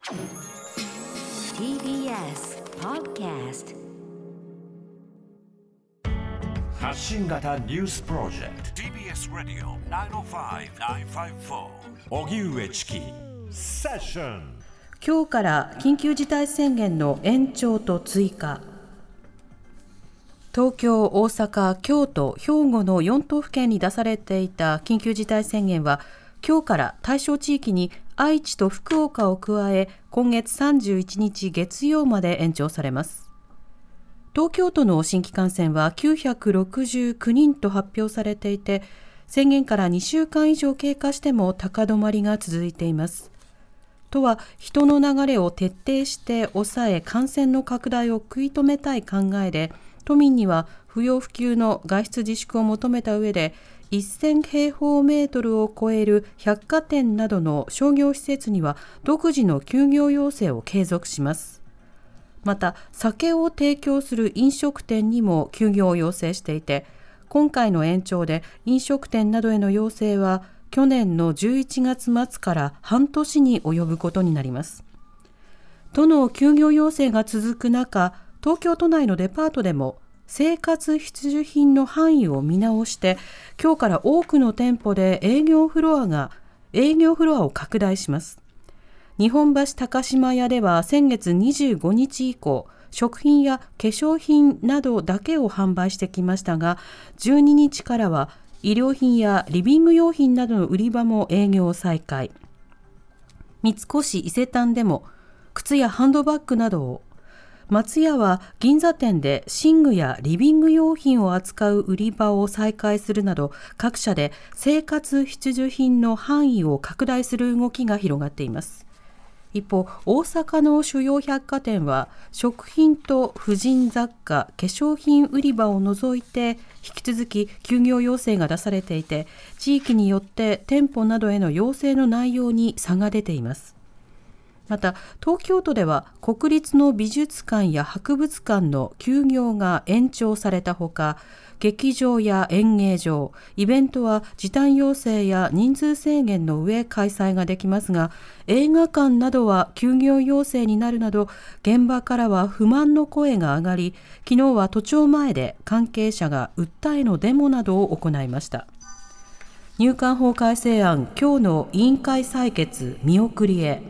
TBS Podcast 発信型ニュースプロジェクト TBS ラディオ905-954おぎゅうえちきセッション。 今日から緊急事態宣言の延長と追加。東京、大阪、京都、兵庫の4都府県に出されていた緊急事態宣言は今日から対象地域に愛知と福岡を加え今月31日月曜まで延長されます。東京都の新規感染は969人と発表されていて、宣言から2週間以上経過しても高止まりが続いています。都は人の流れを徹底して抑え感染の拡大を食い止めたい考えで、都民には不要不急の外出自粛を求めた上で、1000平方メートルを超える百貨店などの商業施設には独自の休業要請を継続します。また、酒を提供する飲食店にも休業を要請していて、今回の延長で飲食店などへの要請は去年の11月末から半年に及ぶことになります。都の休業要請が続く中、東京都内のデパートでも生活必需品の範囲を見直して、今日から多くの店舗で営業フロアを拡大します。日本橋高島屋では先月25日以降、食品や化粧品などだけを販売してきましたが、12日からは衣料品やリビング用品などの売り場も営業再開。三越伊勢丹でも靴やハンドバッグなどを、松屋は銀座店で寝具やリビング用品を扱う売り場を再開するなど、各社で生活必需品の範囲を拡大する動きが広がっています。一方、大阪の主要百貨店は食品と婦人雑貨、化粧品売り場を除いて引き続き休業要請が出されていて、地域によって店舗などへの要請の内容に差が出ています。また、東京都では国立の美術館や博物館の休業が延長されたほか、劇場や演芸場、イベントは時短要請や人数制限の上開催ができますが、映画館などは休業要請になるなど、現場からは不満の声が上がり、昨日は都庁前で関係者が訴えのデモなどを行いました。入管法改正案、今日の委員会採決見送りへ。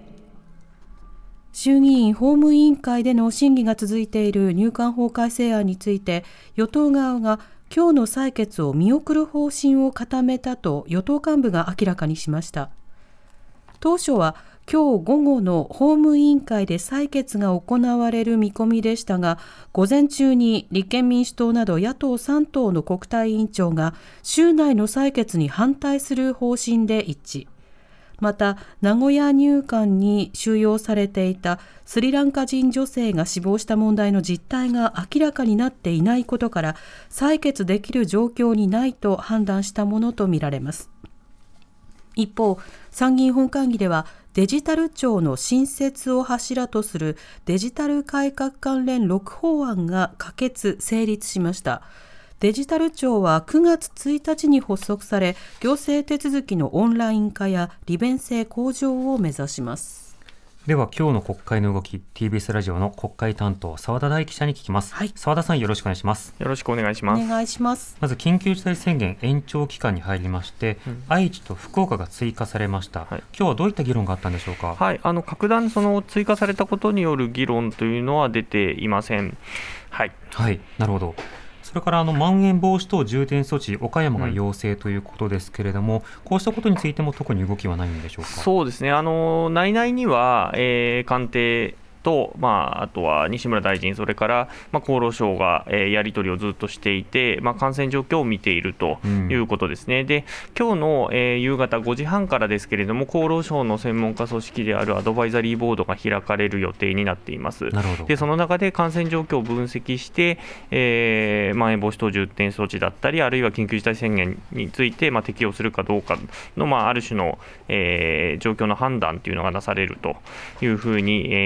衆議院法務委員会での審議が続いている入管法改正案について、与党側が今日の採決を見送る方針を固めたと与党幹部が明らかにしました。当初は今日午後の法務委員会で採決が行われる見込みでしたが、午前中に立憲民主党など野党3党の国対委員長が週内の採決に反対する方針で一致。また、名古屋入管に収容されていたスリランカ人女性が死亡した問題の実態が明らかになっていないことから、採決できる状況にないと判断したものとみられます。一方、参議院本会議ではデジタル庁の新設を柱とするデジタル改革関連6法案が可決・成立しました。デジタル庁は9月1日に発足され、行政手続きのオンライン化や利便性向上を目指します。 では今日の国会の動き、 TBS ラジオの国会担当澤田大記者に聞きます。はい、澤田さん、よろしくお願いします。 よろしくお願いします。 お願いします。 まず緊急事態宣言延長期間に入りまして、愛知と福岡が追加されました。今日はどういった議論があったんでしょうか。 格段追加されたことによる議論というのは出ていません。はい、 なるほど。それからまん延防止等重点措置、岡山が要請ということですけれども、こうしたことについても特に動きはないんでしょうか。 そうですね、内々には、官邸と、あとは西村大臣、それから、厚労省が、やり取りをずっとしていて、感染状況を見ているということですね。で、今日の、夕方5時半からですけれども、厚労省の専門家組織であるアドバイザリーボードが開かれる予定になっています。 なるほど。 で、その中で感染状況を分析して、まん延防止等重点措置だったり、あるいは緊急事態宣言について、適用するかどうかの、ある種の、状況の判断というのがなされるというふうに、見られます。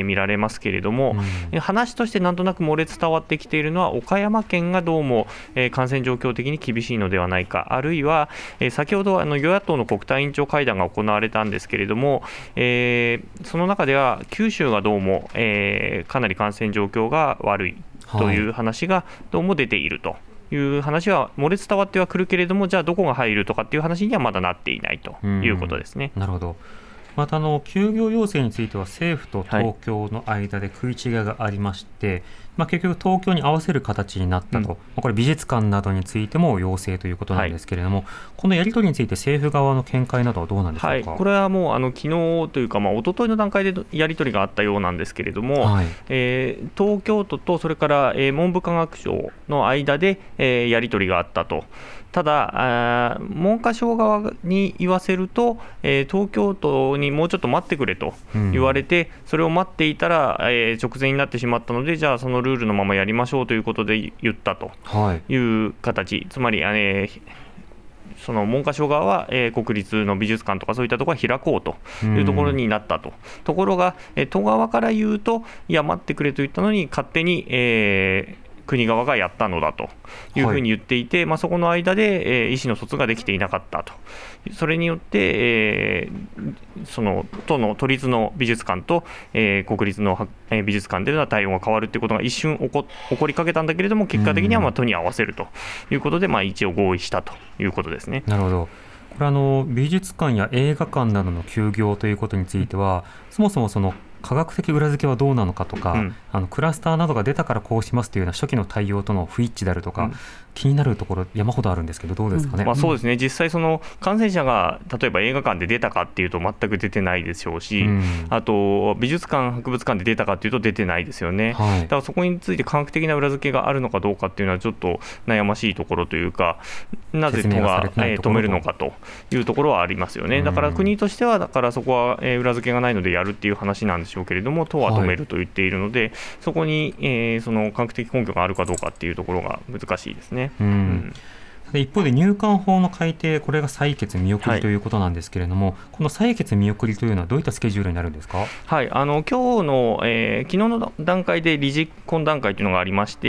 ますけれども、話としてなんとなく漏れ伝わってきているのは、岡山県がどうも感染状況的に厳しいのではないか、あるいは先ほど与野党の国対委員長会談が行われたんですけれども、その中では九州がどうもかなり感染状況が悪いという話がどうも出ているという話は漏れ伝わってはくるけれども、じゃあどこが入るとかっていう話にはまだなっていないということですね。 なるほど。また休業要請については政府と東京の間で食い違いがありまして、結局東京に合わせる形になったと、これ美術館などについても要請ということなんですけれども、このやり取りについて政府側の見解などはどうなんでしょうか。 これはもう昨日というか、一昨日の段階でやり取りがあったようなんですけれども、東京都とそれから文部科学省の間でやり取りがあったと。ただ文科省側に言わせると、東京都にもうちょっと待ってくれと言われて、それを待っていたら、直前になってしまったので、じゃあそのルールのままやりましょうということで言ったという形、つまりその文科省側は、国立の美術館とかそういったところは開こうというところになったと。ところが、都側から言うと、いや待ってくれと言ったのに勝手に、国側がやったのだというふうに言っていて、そこの間で、意思の疎通ができていなかったと。それによって、その都立の美術館と、国立の美術館での対応が変わるということが一瞬起こりかけたんだけれども、結果的には都に合わせるということで、一応合意したということですね。 なるほど。これ美術館や映画館などの休業ということについては、そもそもその科学的裏付けはどうなのかとか、クラスターなどが出たからこうしますというような初期の対応との不一致であるとか、気になるところ山ほどあるんですけど、どうですかね。 そうですね、実際その感染者が例えば映画館で出たかっていうと全く出てないでしょうし、あと美術館博物館で出たかっていうと出てないですよね。だからそこについて科学的な裏付けがあるのかどうかっていうのはちょっと悩ましいところというか、なぜ都が止めるのかというところはありますよね。だから国としてはそこは裏付けがないのでやるっていう話なんでしょうけれども、都は止めると言っているので、そこにその科学的根拠があるかどうかっていうところが難しいですね。 一方で入管法の改定、これが採決見送りということなんですけれども、この採決見送りというのはどういったスケジュールになるんですか。 今日の、昨日の段階で理事懇談会というのがありまして、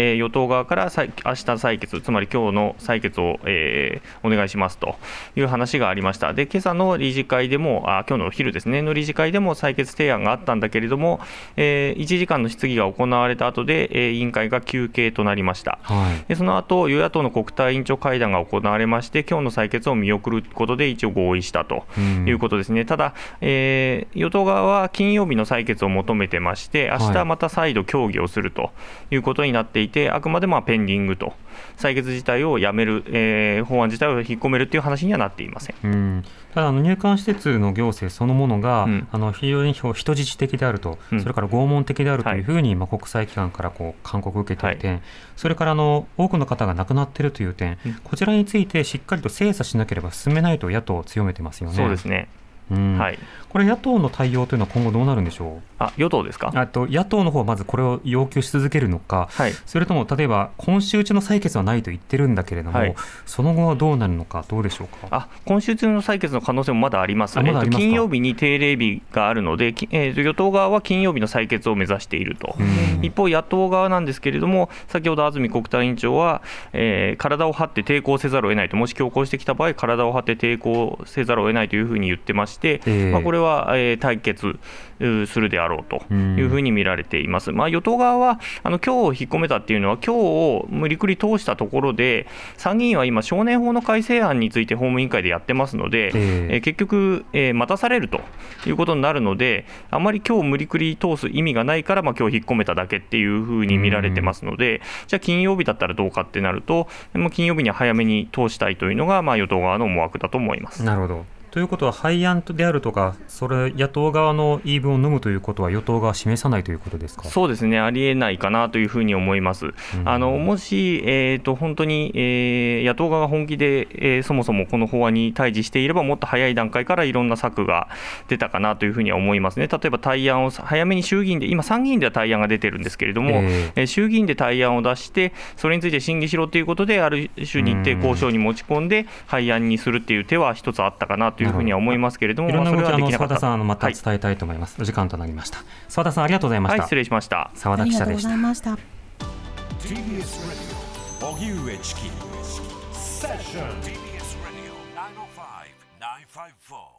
与党側から明日採決、つまり今日の採決を、お願いしますという話がありました。で、今朝の理事会でも今日のお昼ですねの理事会でも採決提案があったんだけれども、1時間の質疑が行われた後で、委員会が休憩となりました。でその後与野党の国対委員長会談が行われまして、今日の採決を見送ることで一応合意したということですね。ただ、与党側は金曜日の採決を求めてまして、明日また再度協議をするということになっていて、あくまでもペンディングと、採決自体をやめる、法案自体を引っ込めるという話にはなっていません。 ただ入管施設の行政そのものが、非常に人質的であると、それから拷問的であるというふうに、国際機関から勧告を受けている点、それから多くの方が亡くなっているという点、こちらについてしっかりと精査しなければ進めないと野党を強めてますよね。 そうですね。 これ野党の対応というのは今後どうなるんでしょう。 与党ですか。 野党の方はまずこれを要求し続けるのか、それとも例えば今週中の採決はないと言ってるんだけれども、その後はどうなるのか、どうでしょうか。 今週中の採決の可能性もまだあります。金曜日に定例日があるので、与党側は金曜日の採決を目指していると。一方野党側なんですけれども、先ほど安住国対委員長は、体を張って抵抗せざるを得ないと、もし強行してきた場合体を張って抵抗せざるを得ないというふうに言ってまして、これは、対決するであろうというふうに見られています。与党側は今日を引っ込めたっていうのは、今日を無理くり通したところで、参議院は今少年法の改正案について法務委員会でやってますので、結局、待たされるということになるので、あまり今日無理くり通す意味がないから、今日引っ込めただけっていうふうに見られてますので、じゃあ金曜日だったらどうかってなると、金曜日には早めに通したいというのが、与党側の思惑だと思います。 なるほど。ということは廃案であるとか、それ野党側の言い分を飲むということは与党側は示さないということですか。 そうですね、ありえないかなというふうに思います。もし、本当に、野党側が本気で、そもそもこの法案に対峙していれば、もっと早い段階からいろんな策が出たかなというふうには思いますね。例えば対案を早めに衆議院で、今参議院では対案が出てるんですけれども、衆議院で対案を出してそれについて審議しろということで、ある種日程交渉に持ち込んで廃案にするっていう手は一つあったかなとというふうには思いますけれども、 いろんな動き澤それはできなかった。 田さんまた伝えたいと思います。お時間となりました。澤田さんありがとうございました。 失礼しました。 澤田記者でした。 ありがとうございました。 TBS ラジオ荻上チキセッション TBS ラジオ905-954